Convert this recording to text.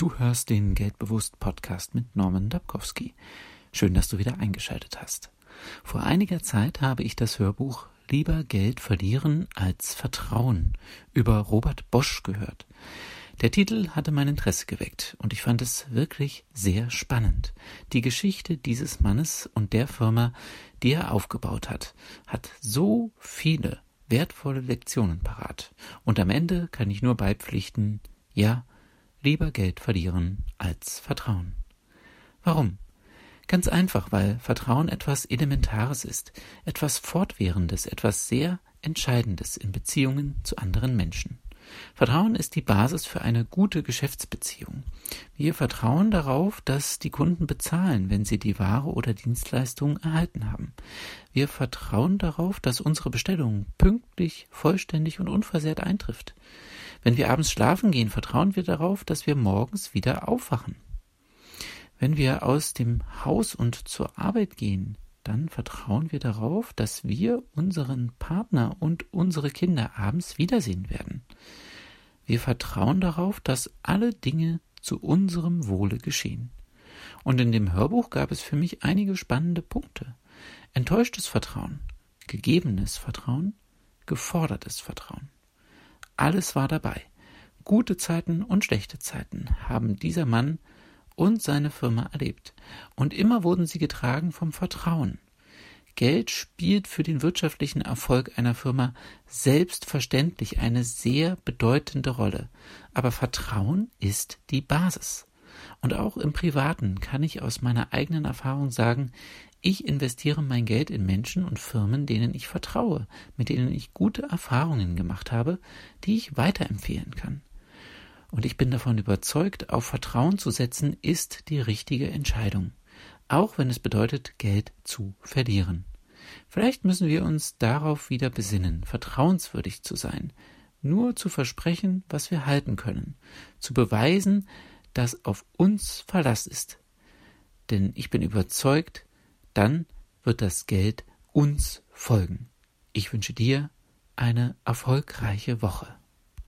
Du hörst den Geldbewusst-Podcast mit Norman Dabkowski. Schön, dass du wieder eingeschaltet hast. Vor einiger Zeit habe ich das Hörbuch Lieber Geld verlieren als Vertrauen über Robert Bosch gehört. Der Titel hatte mein Interesse geweckt und ich fand es wirklich sehr spannend. Die Geschichte dieses Mannes und der Firma, die er aufgebaut hat so viele wertvolle Lektionen parat. Und am Ende kann ich nur beipflichten, ja, lieber Geld verlieren als Vertrauen. Warum? Ganz einfach, weil Vertrauen etwas Elementares ist, etwas Fortwährendes, etwas sehr Entscheidendes in Beziehungen zu anderen Menschen. Vertrauen ist die Basis für eine gute Geschäftsbeziehung. Wir vertrauen darauf, dass die Kunden bezahlen, wenn sie die Ware oder Dienstleistung erhalten haben. Wir vertrauen darauf, dass unsere Bestellung pünktlich, vollständig und unversehrt eintrifft. Wenn wir abends schlafen gehen, vertrauen wir darauf, dass wir morgens wieder aufwachen. Wenn wir aus dem Haus und zur Arbeit gehen, dann vertrauen wir darauf, dass wir unseren Partner und unsere Kinder abends wiedersehen werden. Wir vertrauen darauf, dass alle Dinge zu unserem Wohle geschehen. Und in dem Hörbuch gab es für mich einige spannende Punkte. Enttäuschtes Vertrauen, gegebenes Vertrauen, gefordertes Vertrauen. Alles war dabei. Gute Zeiten und schlechte Zeiten haben dieser Mann und seine Firma erlebt. Und immer wurden sie getragen vom Vertrauen. Geld spielt für den wirtschaftlichen Erfolg einer Firma selbstverständlich eine sehr bedeutende Rolle. Aber Vertrauen ist die Basis. Und auch im Privaten kann ich aus meiner eigenen Erfahrung sagen, ich investiere mein Geld in Menschen und Firmen, denen ich vertraue, mit denen ich gute Erfahrungen gemacht habe, die ich weiterempfehlen kann. Und ich bin davon überzeugt, auf Vertrauen zu setzen, ist die richtige Entscheidung. Auch wenn es bedeutet, Geld zu verlieren. Vielleicht müssen wir uns darauf wieder besinnen, vertrauenswürdig zu sein, nur zu versprechen, was wir halten können, zu beweisen, dass auf uns Verlass ist. Denn ich bin überzeugt, dann wird das Geld uns folgen. Ich wünsche dir eine erfolgreiche Woche.